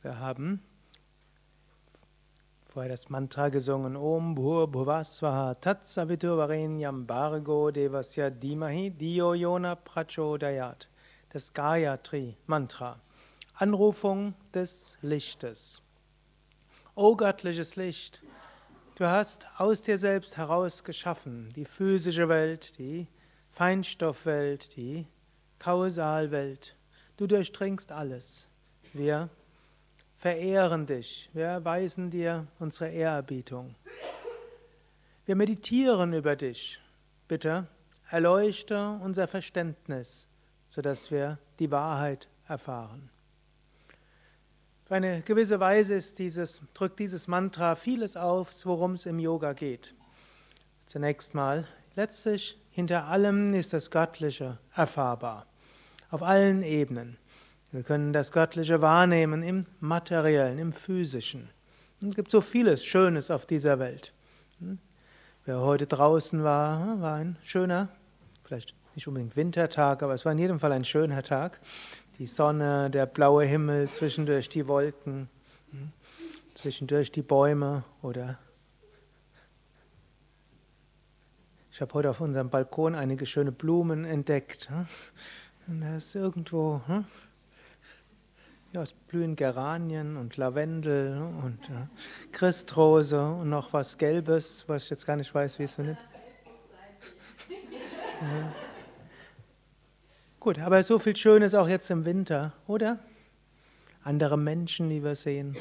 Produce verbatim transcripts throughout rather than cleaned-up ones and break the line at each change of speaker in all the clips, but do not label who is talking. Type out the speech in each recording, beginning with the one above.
Wir haben vorher das Mantra gesungen. Om Bhur Bhuvasvaha Tat Saviturvarenyam Bhargo Devasya Dhimahi Dhiyo Yona Prachodayat. Das Gayatri Mantra. Anrufung des Lichtes. O göttliches Licht, du hast aus dir selbst heraus geschaffen die physische Welt, die Feinstoffwelt, die Kausalwelt. Du durchdringst alles. Wir verehren dich, wir erweisen dir unsere Ehrerbietung. Wir meditieren über dich. Bitte erleuchte unser Verständnis, sodass wir die Wahrheit erfahren. Auf eine gewisse Weise ist dieses, drückt dieses Mantra vieles auf, worum es im Yoga geht. Zunächst mal, letztlich hinter allem ist das Göttliche erfahrbar, auf allen Ebenen. Wir können das Göttliche wahrnehmen im Materiellen, im Physischen. Und es gibt so vieles Schönes auf dieser Welt. Wer heute draußen war, war ein schöner, vielleicht nicht unbedingt Wintertag, aber es war in jedem Fall ein schöner Tag. Die Sonne, der blaue Himmel, zwischendurch die Wolken, zwischendurch die Bäume oder ich habe heute auf unserem Balkon einige schöne Blumen entdeckt. Und da ist irgendwo, ja, es blühen Geranien und Lavendel und ja, Christrose und noch was Gelbes, was ich jetzt gar nicht weiß, wie es so nennt. Ja. Gut, aber so viel Schönes auch jetzt im Winter, oder? Andere Menschen, die wir sehen.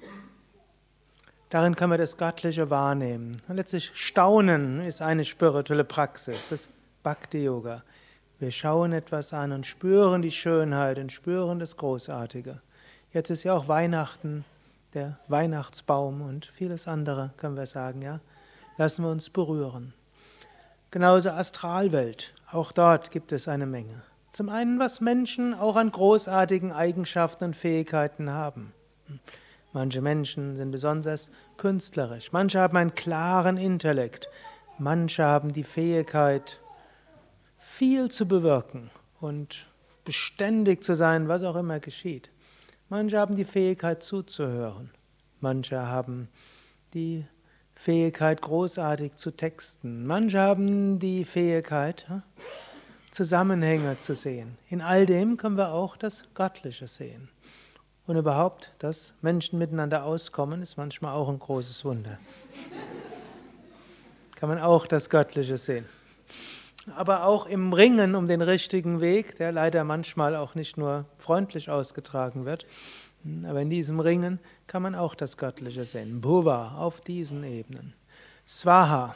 Darin können wir das Göttliche wahrnehmen. Und letztlich Staunen ist eine spirituelle Praxis, das Bhakti-Yoga. Wir schauen etwas an und spüren die Schönheit und spüren das Großartige. Jetzt ist ja auch Weihnachten, der Weihnachtsbaum und vieles andere, können wir sagen, ja. Lassen wir uns berühren. Genauso Astralwelt, auch dort gibt es eine Menge. Zum einen, was Menschen auch an großartigen Eigenschaften und Fähigkeiten haben. Manche Menschen sind besonders künstlerisch, manche haben einen klaren Intellekt, manche haben die Fähigkeit, viel zu bewirken und beständig zu sein, was auch immer geschieht. Manche haben die Fähigkeit zuzuhören. Manche haben die Fähigkeit, großartig zu texten. Manche haben die Fähigkeit, Zusammenhänge zu sehen. In all dem können wir auch das Göttliche sehen. Und überhaupt, dass Menschen miteinander auskommen, ist manchmal auch ein großes Wunder. Kann man auch das Göttliche sehen. Aber auch im Ringen um den richtigen Weg, der leider manchmal auch nicht nur freundlich ausgetragen wird, aber in diesem Ringen kann man auch das Göttliche sehen. Bhuva, auf diesen Ebenen. Svaha.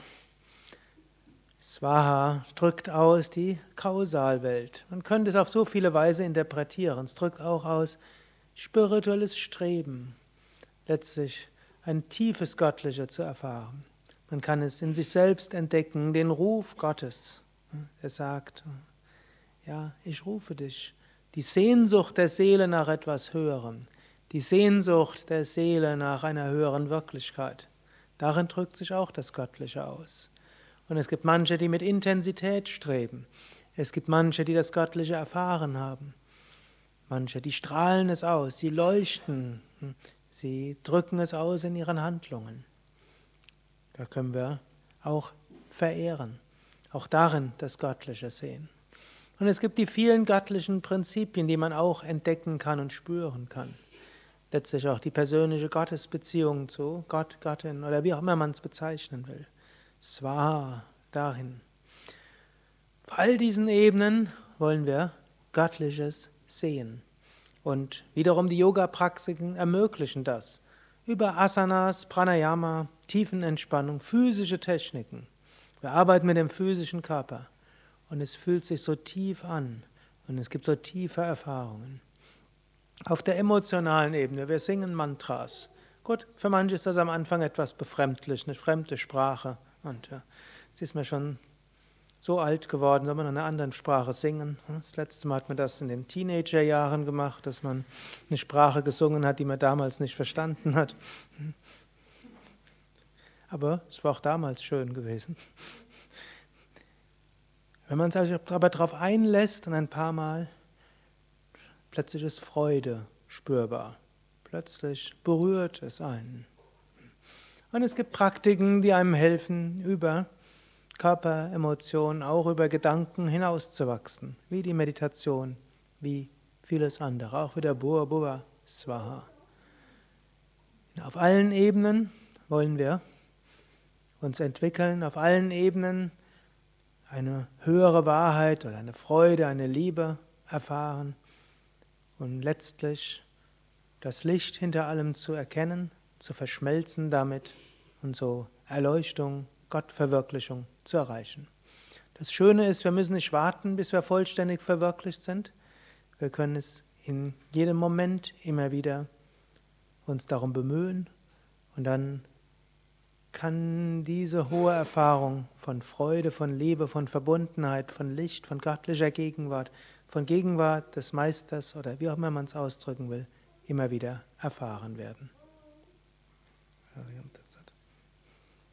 Svaha drückt aus die Kausalwelt. Man könnte es auf so viele Weise interpretieren. Es drückt auch aus spirituelles Streben, letztlich ein tiefes Göttliche zu erfahren. Man kann es in sich selbst entdecken, den Ruf Gottes. Er sagt, ja, ich rufe dich. Die Sehnsucht der Seele nach etwas Höherem, die Sehnsucht der Seele nach einer höheren Wirklichkeit. Darin drückt sich auch das Göttliche aus. Und es gibt manche, die mit Intensität streben. Es gibt manche, die das Göttliche erfahren haben. Manche, die strahlen es aus, sie leuchten, sie drücken es aus in ihren Handlungen. Da können wir auch verehren. Auch darin das Göttliche sehen. Und es gibt die vielen göttlichen Prinzipien, die man auch entdecken kann und spüren kann. Letztlich auch die persönliche Gottesbeziehung zu Gott, Göttin oder wie auch immer man es bezeichnen will. Svaha, dahin. Auf all diesen Ebenen wollen wir Göttliches sehen. Und wiederum die Yoga-Praktiken ermöglichen das. Über Asanas, Pranayama, Tiefenentspannung, physische Techniken. Wir arbeiten mit dem physischen Körper und es fühlt sich so tief an und es gibt so tiefe Erfahrungen. Auf der emotionalen Ebene, wir singen Mantras. Gut, für manche ist das am Anfang etwas befremdlich, eine fremde Sprache. Und ja, jetzt ist man schon so alt geworden, soll man in einer anderen Sprache singen. Das letzte Mal hat man das in den Teenagerjahren gemacht, dass man eine Sprache gesungen hat, die man damals nicht verstanden hat. Aber es war auch damals schön gewesen. Wenn man sich aber darauf einlässt und ein paar Mal, plötzlich ist Freude spürbar. plötzlich berührt es einen. Und es gibt Praktiken, die einem helfen, über Körper, Emotionen, auch über Gedanken hinauszuwachsen, wie die Meditation, wie vieles andere, auch wie der Bhur Bhuva Swaha. Auf allen Ebenen wollen wir uns entwickeln, auf allen Ebenen eine höhere Wahrheit oder eine Freude, eine Liebe erfahren und letztlich das Licht hinter allem zu erkennen, zu verschmelzen damit und so Erleuchtung, Gottverwirklichung zu erreichen. Das Schöne ist, wir müssen nicht warten, bis wir vollständig verwirklicht sind. Wir können es in jedem Moment immer wieder uns darum bemühen und dann kann diese hohe Erfahrung von Freude, von Liebe, von Verbundenheit, von Licht, von göttlicher Gegenwart, von Gegenwart des Meisters oder wie auch immer man es ausdrücken will, immer wieder erfahren werden.